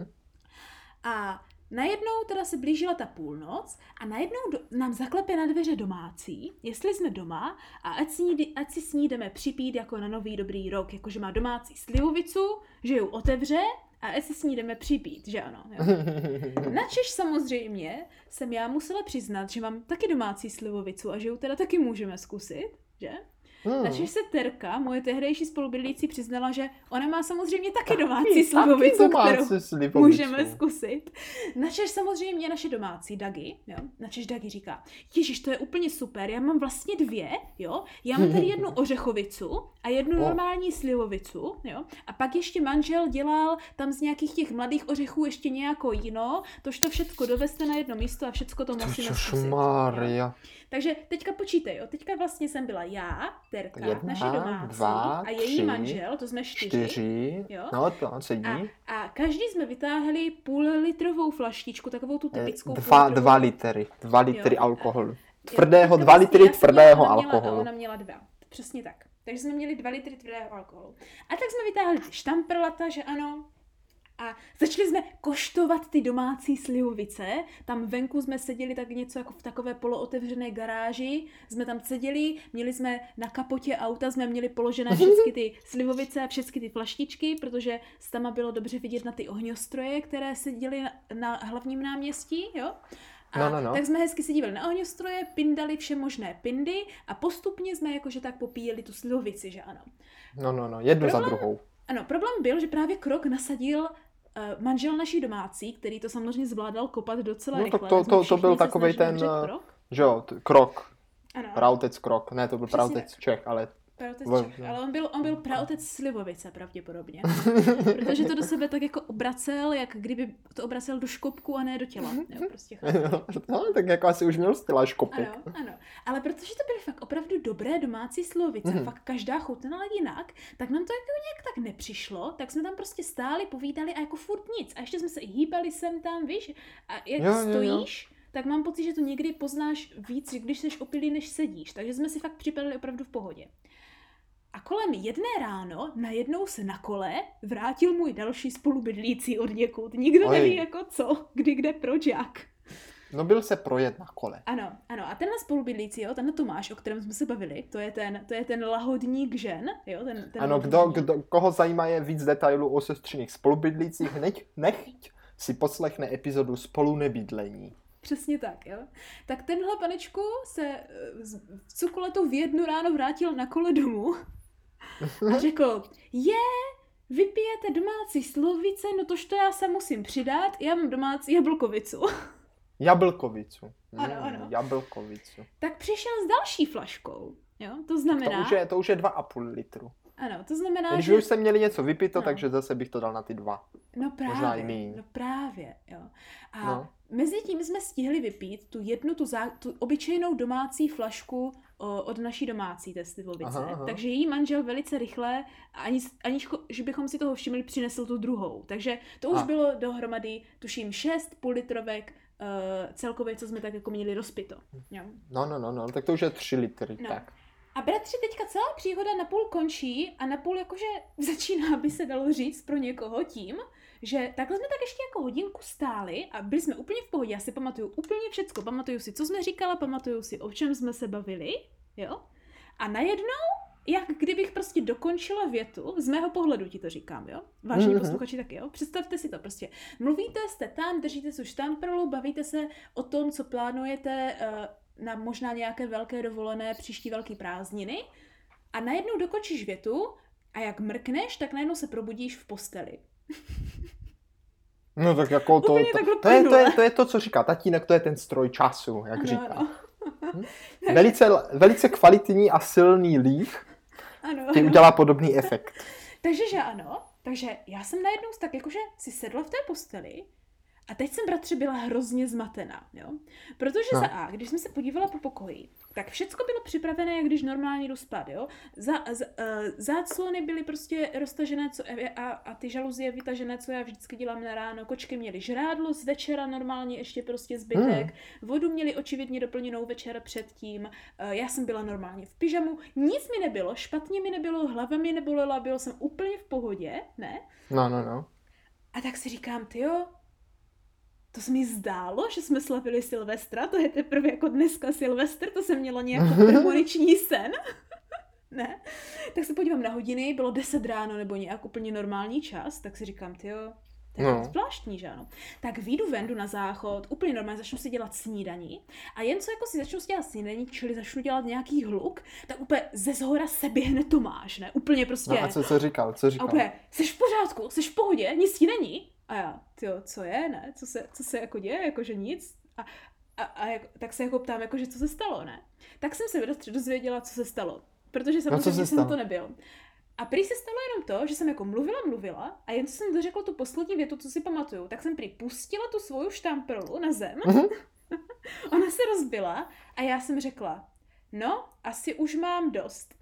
A najednou teda se blížila ta půlnoc a najednou nám zaklepe na dveře domácí, jestli jsme doma a ať si s ní jdeme připít jako na nový dobrý rok, jakože má domácí slivovicu, že ji otevře a ať si s ní jdeme připít, že ano. Jo. Načež samozřejmě jsem já musela přiznat, že mám taky domácí slivovicu a že ji teda taky můžeme zkusit, že? Načež se Terka, moje tehdejší spolubydlící, přiznala, že ona má samozřejmě taky domácí slivovicu, kterou můžeme zkusit. Načež samozřejmě naše domácí Dagi, jo? Načež Dagi říká, Ježiš, to je úplně super, já mám vlastně 2, jo? Já mám tady jednu ořechovicu a jednu normální slivovicu, jo? A pak ještě manžel dělal tam z nějakých těch mladých ořechů ještě nějakou jinou, tož to všecko doveste na jedno místo a všecko to musíme zkusit. Takže teďka počítej, jo? Teďka vlastně jsem byla já, Terka, naše domácí 2, a její 3, manžel, to jsme 4. Jo? No to sedí. A každý jsme vytáhli půllitrovou flaštičku, takovou tu typickou 2 litry alkoholu. Tvrdého, 2 litry tvrdého alkoholu. Ona měla 2, přesně tak. Takže jsme měli 2 litry tvrdého alkoholu. A tak jsme vytáhli ty štamprlata, že ano. A začali jsme koštovat ty domácí slivovice. Tam venku jsme seděli tak něco jako v takové polootevřené garáži. Jsme tam seděli, měli jsme na kapotě auta, jsme měli položené všechny ty slivovice a všechny ty flaštičky, protože tam bylo dobře vidět na ty ohňostroje, které seděly na hlavním náměstí, jo? A tak jsme hezky se dívali na ohňostroje, pindali vše možné pindy a postupně jsme jakože tak popíjeli tu slivovici, že ano. Jednu za druhou. Ano, problém byl, že právě krok nasadil manžel naší domácí, který to samozřejmě zvládal kopat docela rychle. To byl takovej ten, že jo, krok. Ano. Praotec krok, ne, to byl praotec Čech, ale... Ale on byl praotec slivovice pravděpodobně. Protože to do sebe tak jako obracel, jak kdyby to obracel do škopku a ne do těla. Jo, prostě tak jako asi už měl styla škopek. Ano. Ale protože to byly fakt opravdu dobré domácí slivovice, fakt každá chutnala jinak, tak nám to jako nějak tak nepřišlo, tak jsme tam prostě stáli, povídali a jako furt nic. A ještě jsme se i hýbali sem tam, víš? A jak stojíš, tak mám pocit, že to někdy poznáš víc, když jsi opilý, než sedíš. Takže jsme si fakt připadali opravdu v pohodě. A kolem 1 ráno najednou se na kole vrátil můj další spolubydlící od někud. Nikdo neví jako co, kdy, kde, proč, jak. No byl se projet na kole. Ano. A tenhle spolubydlící, jo, tenhle Tomáš, o kterém jsme se bavili, to je ten lahodník žen, jo, ten ano, koho zajímá je víc detailů o sestřiných spolubydlících, nechť si poslechne epizodu Spolu nebydlení. Přesně tak, jo. Tak tenhle panečku se v cukuletu v 1 ráno vrátil na kole domů a řekl, vypijete domácí slivovice, no tož to já se musím přidat, já mám domácí jablkovicu. Jablkovicu. Ano. Jablkovicu. Tak přišel s další flaškou, jo, to znamená... To už je 2,5 litru. Ano, to znamená, když už jsme měli něco vypito, takže zase bych to dal na ty 2. No právě, možná i míň. No právě, jo. A mezi tím jsme stihli vypít tu jednu, tu obyčejnou domácí flašku od naší domácí té slivovice. Takže její manžel velice rychle, aniž že bychom si toho všimli, přinesl tu druhou. Takže to už bylo dohromady, tuším, 6 půllitrovek celkově, co jsme tak jako měli rozpito. Jo. No, tak to už je 3 litry, tak. A bratři, teďka celá příhoda napůl končí a napůl jakože začíná, by se dalo říct pro někoho tím, že takhle jsme tak ještě jako hodinku stáli a byli jsme úplně v pohodě. Já si pamatuju úplně všecko. Pamatuju si, co jsme říkala, pamatuju si, o čem jsme se bavili, jo? A najednou, jak kdybych prostě dokončila větu, z mého pohledu ti to říkám, jo? Vážení posluchači taky, jo? Představte si to prostě. Mluvíte, jste tam, držíte si už štamprlu, bavíte se o tom, co plánujete na možná nějaké velké dovolené, příští velký prázdniny a najednou dokončíš větu a jak mrkneš, tak najednou se probudíš v posteli. No tak jako to je to, co říká tatínek, to je ten stroj času, jak říká. No. Velice kvalitní a silný líh ti udělá podobný efekt. Takže ano. Takže já jsem najednou tak jakože si sedla v té posteli a teď jsem, bratře, byla hrozně zmatená, jo. Protože za A, když jsem se podívala po pokoji, tak všecko bylo připravené, jak když normálně jdu spát, jo. Záclony byly prostě roztažené a ty žaluzie vytažené, co já vždycky dělám na ráno. Kočky měly žrádlo z večera, normálně ještě prostě zbytek. Vodu měli očividně doplněnou večer předtím. Já jsem byla normálně v pyžamu. Nic mi nebylo, špatně mi nebylo, hlava mi nebolela, byla jsem úplně v pohodě, ne? No. A tak si říkám, tyjo, to se mi zdálo, že jsme slavili Silvestra, to je teprve jako dneska Silvestr, to jsem měla nějaký premoniční sen. Ne? Tak se podívám na hodiny, bylo 10 ráno nebo nějak úplně normální čas, tak si říkám, tyjo, to je zvláštní, že ano. Tak vyjdu ven, jdu na záchod, úplně normálně začnu si dělat snídaní a jen co jako si začnu si dělat snídaní, čili začnu dělat nějaký hluk, tak úplně ze zhora se běhne Tomáš, ne? Úplně prostě. No a co říkal? A úplně, jsi v pořádku, jsi v pohodě, nic ti není? A já, tyjo, co je, ne? Co se jako děje, jakože nic? Tak se jako ptám, jakože co se stalo, ne? Tak jsem se dozvěděla, co se stalo. Protože samozřejmě jsem to nebyl. A prý se stalo jenom to, že jsem jako mluvila a jen co jsem dořekla tu poslední větu, co si pamatuju, tak jsem prý pustila tu svoju štamprolu na zem. Ona se rozbila a já jsem řekla, no, asi už mám dost.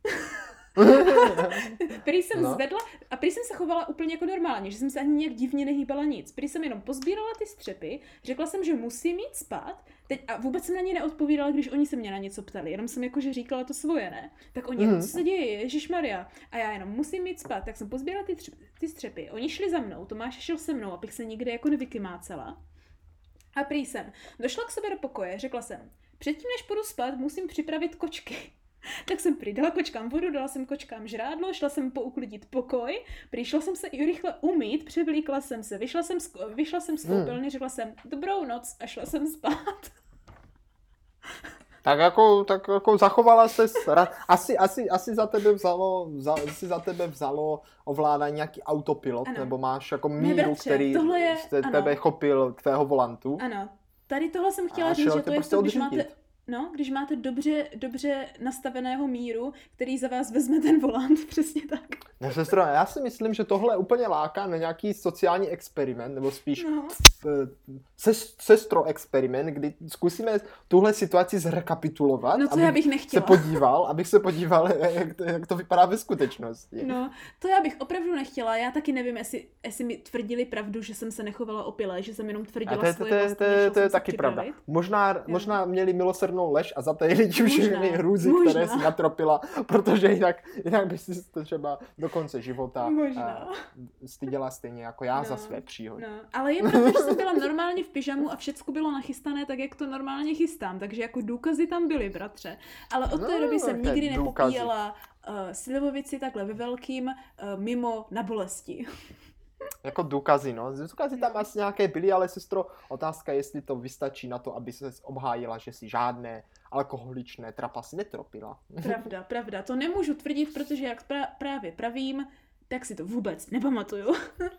Prý jsem zvedla a prý jsem se chovala úplně jako normálně, že jsem se ani nějak divně nehýbala nic. Prý jsem jenom pozbírala ty střepy, řekla jsem, že musím jít spát, teď a vůbec jsem na ně neodpovídala, když oni se mě na něco ptali, jenom jsem jakože říkala to svoje, ne? Tak oni, co se děje, ježišmarja, a já jenom musím jít spát, tak jsem pozbírala ty střepy, oni šli za mnou, Tomáš šel se mnou, abych se nikde jako nevykymácela. A prý jsem došla k sobě do pokoje, řekla jsem, předtím než půjdu spát, musím připravit kočky. Tak jsem dala kočkám vodu, dala jsem kočkám žrádlo, šla jsem pouklidit pokoj, přišla jsem se i rychle umýt, převlíkla jsem se, vyšla jsem z koupelny, řekla jsem dobrou noc a šla jsem spát. Tak jako zachovala ses, asi za tebe vzalo ovládání nějaký autopilot, ano. Nebo máš jako míru, který z tebe chopil k tvého volantu. Ano, tady tohle jsem chtěla říct, že to je to, když máte dobře nastaveného míru, který za vás vezme ten volant, přesně tak. No, sestro, já si myslím, že tohle úplně láká na nějaký sociální experiment, nebo spíš sestro experiment, kdy zkusíme tuhle situaci zrekapitulovat. No to já bych nechtěla. Abych se podíval, jak to vypadá ve skutečnosti. No, to já bych opravdu nechtěla. Já taky nevím, jestli mi tvrdili pravdu, že jsem se nechovala opile, že jsem jenom tvrdila svoje vlastní. To je taky pravda. Možná měli milosrdnou lež a zatajili ti všechny hrůzy, které si natropila, protože jinak by si to třeba do konce života styděla stejně jako já za své příhody. No, ale je proto, že jsem byla normálně v pyžamu a všecko bylo nachystané tak, jak to normálně chystám, takže jako důkazy tam byly, bratře. Ale od té doby jsem nikdy nepopíjela slivovici takhle ve velkým mimo na bolesti. Jako důkazy, no. Důkazy tam asi nějaké byly, ale sestro, otázka, jestli to vystačí na to, aby se obhájila, že si žádné alkoholičné trapasy netropila. Pravda. To nemůžu tvrdit, protože jak právě pravím, tak si to vůbec nepamatuju.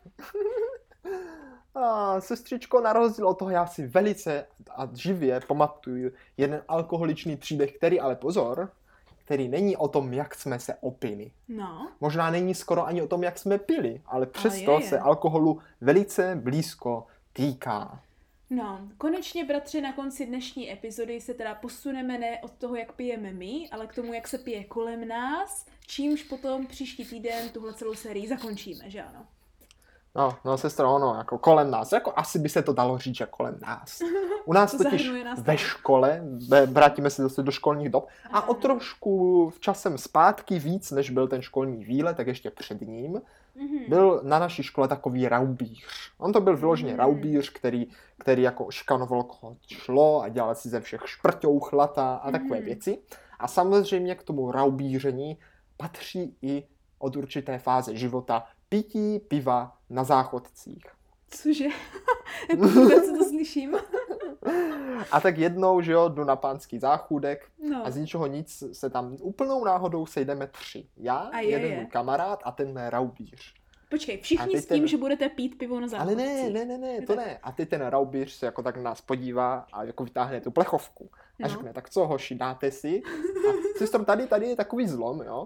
Sestřičko, na rozdíl od toho já si velice a živě pamatuju jeden alkoholičný příběh, který ale pozor, který není o tom, jak jsme se opili. No. Možná není skoro ani o tom, jak jsme pili, ale přesto se alkoholu velice blízko týká. No, konečně, bratře, na konci dnešní epizody se teda posuneme ne od toho, jak pijeme my, ale k tomu, jak se pije kolem nás, čímž potom příští týden tuhle celou sérii zakončíme, že ano? No, sestro, ono, jako kolem nás, jako asi by se to dalo říct, že kolem nás. U nás totiž ve škole, vrátíme se zase do školních dob, a o trošku časem zpátky víc, než byl ten školní výlet, tak ještě před ním, byl na naší škole takový raubíř. On to byl vyloženě raubíř, který jako šikanoval, koho šlo a dělal si ze všech šprťou, chlata a takové věci. A samozřejmě k tomu raubíření patří i od určité fáze života pití piva na záchodcích. Cože? Jako vůbec to slyším. A tak jednou, že jo, jdu na pánský záchůdek a z ničeho nic se tam úplnou náhodou sejdeme 3. Já, jeden můj kamarád a ten raubíř. Počkej, všichni s tím, že budete pít pivo na záchodci. Ale ne, to ne. A teď ten raubíř se jako tak na nás podívá a jako vytáhne tu plechovku. A řekne, tak co hoši, dáte si? A sestro, tady je takový zlom, jo,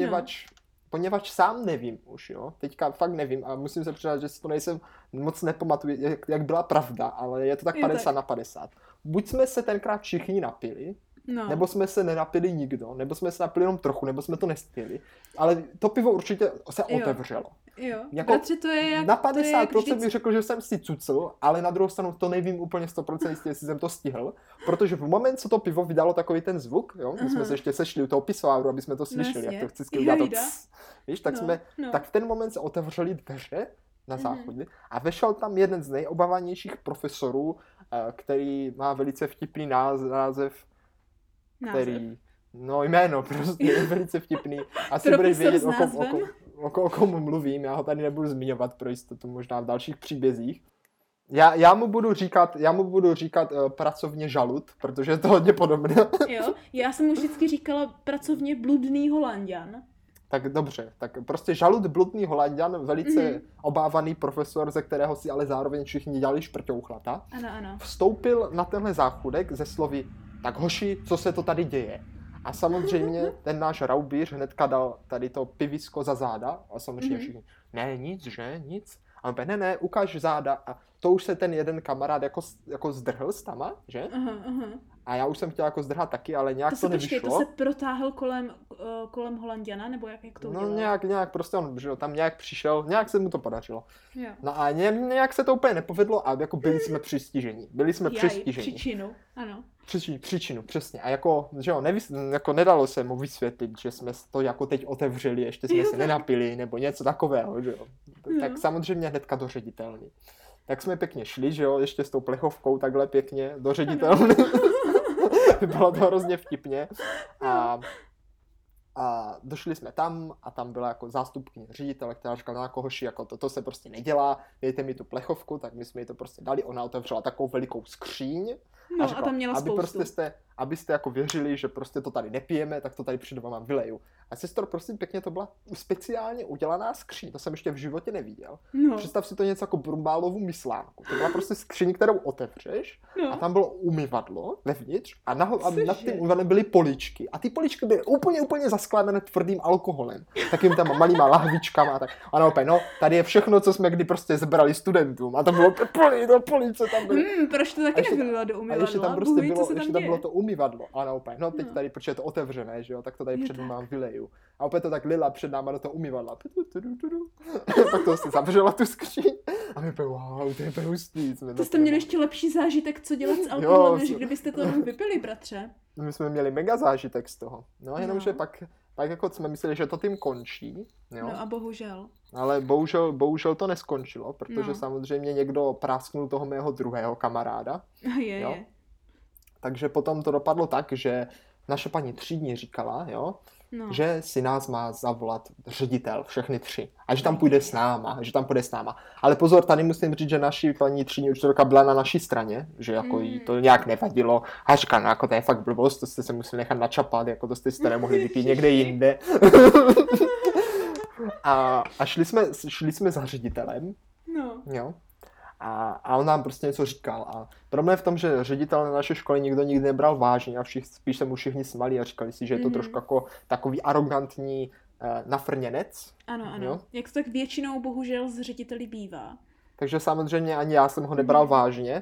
poněvadž sám nevím už, jo, teďka fakt nevím a musím se přiznat, že si to moc nepamatuju, jak byla pravda, ale je to tak 50/50. Buď jsme se tenkrát všichni napili, nebo jsme se nenapili nikdo, nebo jsme se napili jenom trochu, nebo jsme to nestihli, ale to pivo určitě se otevřelo. Jo, jako bratře, to je jak... Na 50% bych řekl, že jsem si cucl, ale na druhou stranu to nevím úplně 100% jistě, jestli jsem to stihl, protože v moment, co to pivo vydalo takový ten zvuk, jo, my jsme se ještě sešli u toho pisoáru, aby jsme to slyšeli, jak to vždycky udělá to víš, tak tak v ten moment se otevřely dveře na záchodě a vešel tam jeden z nejobávanějších profesorů, který má velice vtipný název, který... No jméno prostě je velice vtipný. Asi budeš vědět, o kom mluvím, já ho tady nebudu zmiňovat pro jistotu, možná v dalších příbězích. Já mu budu říkat pracovně žalud, protože je to hodně podobné. Jo, já jsem mu vždycky říkala pracovně bludný Holanďan. Tak dobře, tak prostě žalud bludný Holanďan, velice obávaný profesor, ze kterého si ale zároveň všichni dělali šprťouchlata. Ano. Vstoupil na tenhle záchodek ze slovy, tak hoši, co se to tady děje? A samozřejmě ten náš raubíř hnedka dal tady to pivisko za záda a samozřejmě všichni, ne, nic. A on ne, ukáž záda a to už se ten jeden kamarád jako zdrhl s tama, že? A já už jsem chtěl jako zdrhat taky, ale nějak to nevyšlo. Počkej, to se protáhl kolem Holanděna, nebo jak to udělal? No nějak prostě on tam nějak přišel, nějak se mu to podařilo. Jo. No a nějak se to úplně nepovedlo a jako byli jsme přistiženi. Příčinu, ano. Příčinu, přesně. A jako, že jo, jako nedalo se mu vysvětlit, že jsme to jako teď otevřeli, ještě jsme se nenapili, nebo něco takového, že jo. Tak samozřejmě hnedka do ředitelny. Tak jsme pěkně šli, že jo, ještě s tou plechovkou takhle pěkně do ředitelny. Bylo to hrozně vtipně. A došli jsme tam a tam byla jako zástupkyně ředitele, která říkala, jako hoši, jako to se prostě nedělá, dejte mi tu plechovku, tak my jsme jí to prostě dali, ona otevřela takovou velikou skříň a řekla, a tam měla spoustu. Abyste jako věřili, že prostě to tady nepijeme, tak to tady před vám vyleju. A sestro, prosím pěkně, to byla speciálně udělaná skříň, to jsem ještě v životě neviděl. Představ si to něco jako Brumbálovu myslánku. To byla prostě skříň, kterou otevřeš a tam bylo umyvadlo vevnitř a nad tím umyvadlem byly poličky. A ty poličky byly úplně zaskládané tvrdým alkoholem. Takým tam malýma lahvičkama a tak. A naopak, tady je všechno, co jsme kdy prostě zbrali studentům. A tam bylo police tam byly. Proč to taky nevylila do umyvadla? A ještě tam bylo to umyvadlo. A naopak, teď tady, protože je to otevřené, že jo, tak to tady před vám vyleju. A opět to tak lila před náma do toho umyvadla. Tak to se zavřela tu skříň. A my úplně, wow, to je hustý. To jste měli ještě lepší zážitek, co dělat s alkoholem, než kdybyste to vypili, bratře. My jsme měli mega zážitek z toho. No, jenomže pak jako jsme mysleli, že to tím končí. Jo? No a bohužel. Ale bohužel to neskončilo, protože samozřejmě někdo prásknul toho mého druhého kamaráda. Je. Takže potom to dopadlo tak, že naše paní třídní říkala, že si nás má zavolat ředitel, všechny tři. A že tam půjde s náma, Ale pozor, tady musím říct, že naši paní třídní učitelka byla na naší straně, že jako jí to nějak nevadilo. A říká, no jako to je fakt blbost, to jste se museli nechat načapat, jako to jste si to nemohli vypít někde jinde. a šli jsme za ředitelem. Jo. A on nám prostě něco říkal. A problém je v tom, že ředitel na naší škole nikdo nikdy nebral vážně a spíš se mu všichni smáli a říkali si, že je to trošku jako takový arrogantní nafrněnec. Ano. Jo? Jak to tak většinou bohužel z řediteli bývá. Takže samozřejmě ani já jsem ho nebral vážně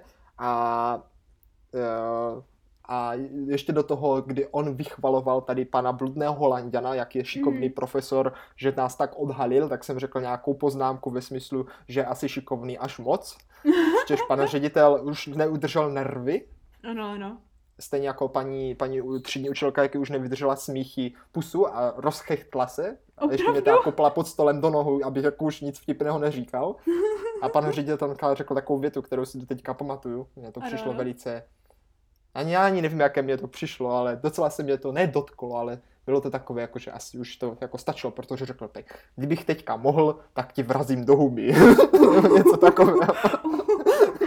a ještě do toho, kdy on vychvaloval tady pana bludného Holanďana, jak je šikovný profesor, že nás tak odhalil, tak jsem řekl nějakou poznámku ve smyslu, že je asi šikovný až moc. Protože pan ředitel už neudržel nervy. Ano. Stejně jako paní třídní učitelka, jak už nevydržela smíchy pusu a rozchechtla se. A ještě mě tak kopla pod stolem do nohu, abych jako už nic vtipného neříkal. A pan ředitel řekl takovou větu, kterou si do teďka pamatuju. Mně to přišlo velice... Já ani nevím, jaké mě to přišlo, ale docela se mě to nedotklo, ale bylo to takové, jako, že asi už to jako stačilo, protože řekl, tak kdybych teďka mohl, tak ti vrazím do huby. Něco takového.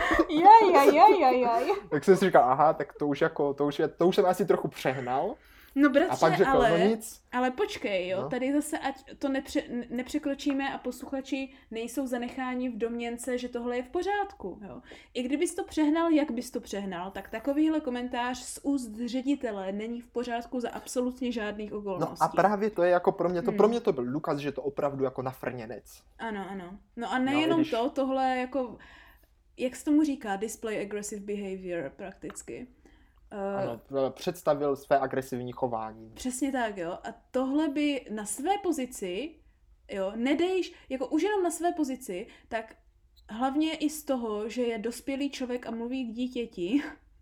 Jaj. Tak jsem si říkal, aha, tak to už jsem asi trochu přehnal. No bratře, a pak řekl, no nic. Ale počkej, jo, No. tady zase ať to nepřekročíme a posluchači nejsou zanecháni v domněnce, že tohle je v pořádku, jo. I kdybys to přehnal, jak bys to přehnal, tak takovýhle komentář z úst ředitele není v pořádku za absolutně žádných okolností. No a právě to je jako pro mě to byl důkaz, že to opravdu jako nafrněnec. Ano. No a nejenom tohle jako, jak se tomu říká, display aggressive behavior prakticky. Ano, představil své agresivní chování. Přesně tak, jo. A tohle by na své pozici, jo, nedejš, jako už jenom na své pozici, tak hlavně i z toho, že je dospělý člověk a mluví k dítěti,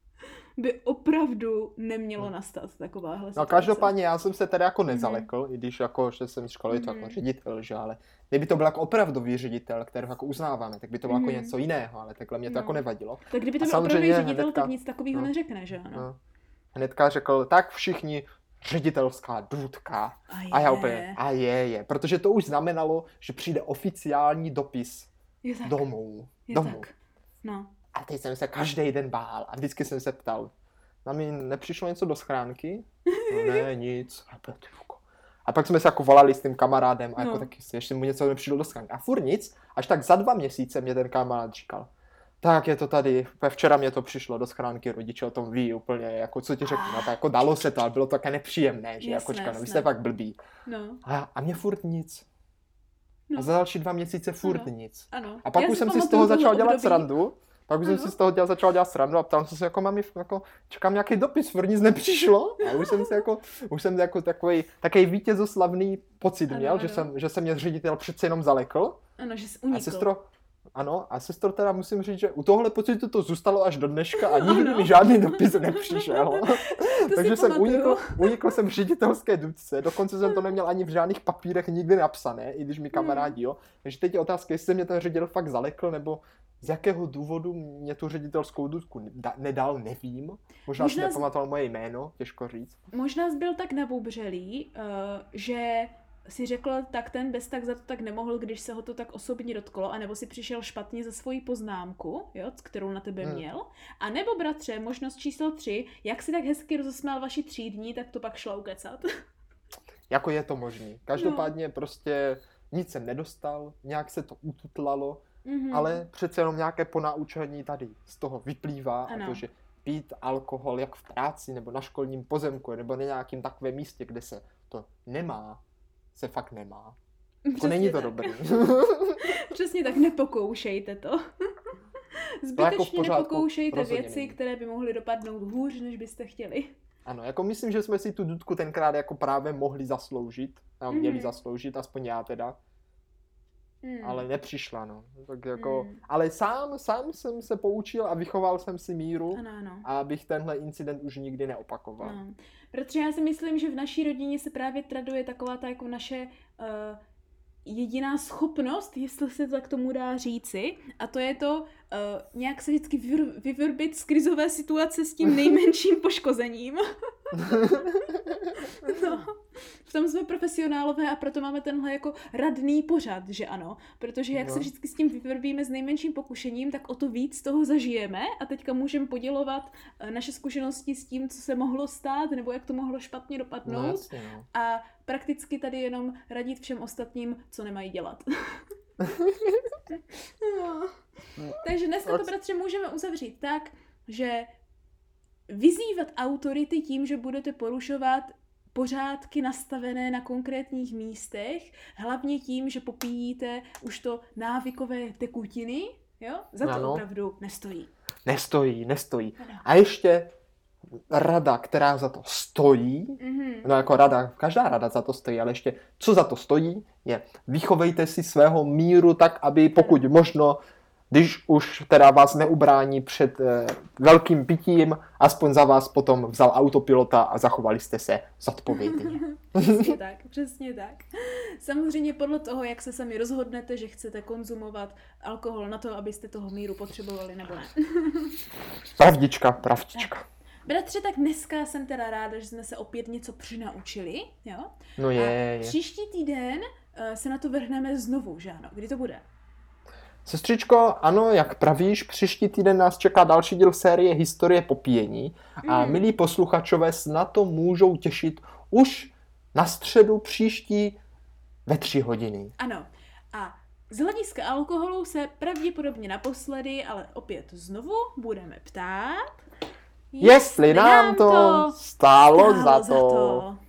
by opravdu nemělo nastat takováhle situace. No každopádně já jsem se teda jako nezalekl, i když jako, že jsem z školy to jako ředitel, že, ale kdyby to byl jako opravdový ředitel, kterého jako uznáváme, tak by to bylo jako něco jiného, ale takhle mě to jako nevadilo. Tak kdyby to byl opravdový ředitel, tak nic takového neřekne, že ano? No. Hnedka řekl, tak všichni ředitelská důdka. A já úplně, protože to už znamenalo, že přijde oficiální dopis domů. Tak. No. A teď jsem se každý den bál a vždycky jsem se ptal, mami, nepřišlo něco do schránky? No, ne, nic. A pak jsme se jako volali s tím kamarádem a jako taky ještě mu něco nepřišlo do schránky. A furt nic, až tak za 2 měsíce mě ten kamarád říkal, tak je to tady, včera mě to přišlo do schránky, rodiče o tom ví úplně, jako co ti řeknu, tak jako dalo se to, ale bylo to také nepříjemné, že jako čka, no vy jste fakt blbí. No. A mě furt nic. No. A za další 2 měsíce furt nic. Ano. A pak už jsem si z toho začal dělat srandu. Začal dělat srandu a ptal jsem se jako mami, jako čekám nějaký dopis, furt nic nepřišlo. A už jsem jako takový vítězoslavný pocit měl, že jsem mě ředitel přece jenom zalekl. Ano, že jsi unikl. A sestro, teda musím říct, že u tohle pocitu to zůstalo až do dneška a nikdy mi žádný dopis nepřišel. Takže jsem unikl jsem ředitelské důdce, dokonce jsem to neměl ani v žádných papírech nikdy napsané, i když mi kamarádi, jo. Takže teď je otázka, jestli mě ten ředitel fakt zalekl, nebo z jakého důvodu mě tu ředitelskou důdku nedal, nevím. Možná si nepamatoval moje jméno, těžko říct. Možná jsi byl tak nabubřelý, že si řekl, tak ten bez tak za to tak nemohl, když se ho to tak osobně dotklo, anebo si přišel špatně za svoji poznámku, jo, kterou na tebe měl. A nebo bratře, možnost číslo 3, jak si tak hezky rozesmál vaši třídní, tak to pak šlo ukecat. Jako je to možný. Každopádně prostě nic jsem nedostal, nějak se to ututlalo, ale přece jenom nějaké ponaučení tady z toho vyplývá, a to, že pít alkohol jak v práci, nebo na školním pozemku, nebo na nějakým takovém místě, kde se to nemá, se fakt nemá. To není to dobré. Přesně tak, nepokoušejte to. Zbytečně jako nepokoušejte věci, které by mohly dopadnout hůř, než byste chtěli. Ano, jako myslím, že jsme si tu důdku tenkrát jako právě mohli zasloužit. A měli zasloužit, aspoň já teda. Ale nepřišla, no. Tak jako, ale sám jsem se poučil a vychoval jsem si míru, abych tenhle incident už nikdy neopakoval. No. Protože já si myslím, že v naší rodině se právě traduje taková ta jako naše jediná schopnost, jestli se to tak tomu dá říci, a to je to nějak se vždycky vyvrbit z krizové situace s tím nejmenším poškozením. No, v tom jsme profesionálové a proto máme tenhle jako radný pořad, že ano, protože jak se vždycky s tím vyvrbíme s nejmenším pokušením, tak o to víc toho zažijeme a teďka můžeme podělovat naše zkušenosti s tím, co se mohlo stát, nebo jak to mohlo špatně dopadnout. No, jasně, no. A prakticky tady jenom radit všem ostatním, co nemají dělat. No. Takže dneska to, bratře, můžeme uzavřít tak, že vyzývat autority tím, že budete porušovat pořádky nastavené na konkrétních místech, hlavně tím, že popíjíte už to návykové tekutiny, jo? Za to opravdu nestojí. Nestojí. A ještě rada, která za to stojí, no jako rada, každá rada za to stojí, ale ještě co za to stojí, je vychovejte si svého míru tak, aby pokud možno, když už teda vás neubrání před velkým pitím, aspoň za vás potom vzal autopilota a zachovali jste se zodpovědně. Přesně tak. Samozřejmě podle toho, jak se sami rozhodnete, že chcete konzumovat alkohol na to, abyste toho míru potřebovali, nebo ne. Pravdička. Bratře, tak dneska jsem teda ráda, že jsme se opět něco přinaučili, jo? No je. Příští týden se na to vrhneme znovu, že ano? Kdy to bude? Sestřičko, ano, jak pravíš, příští týden nás čeká další díl série Historie popíjení a milí posluchačové se na to můžou těšit už na středu příští ve 3 hodiny. Ano. A z hlediska alkoholu se pravděpodobně naposledy, ale opět znovu budeme ptát, jestli nám to stálo za to.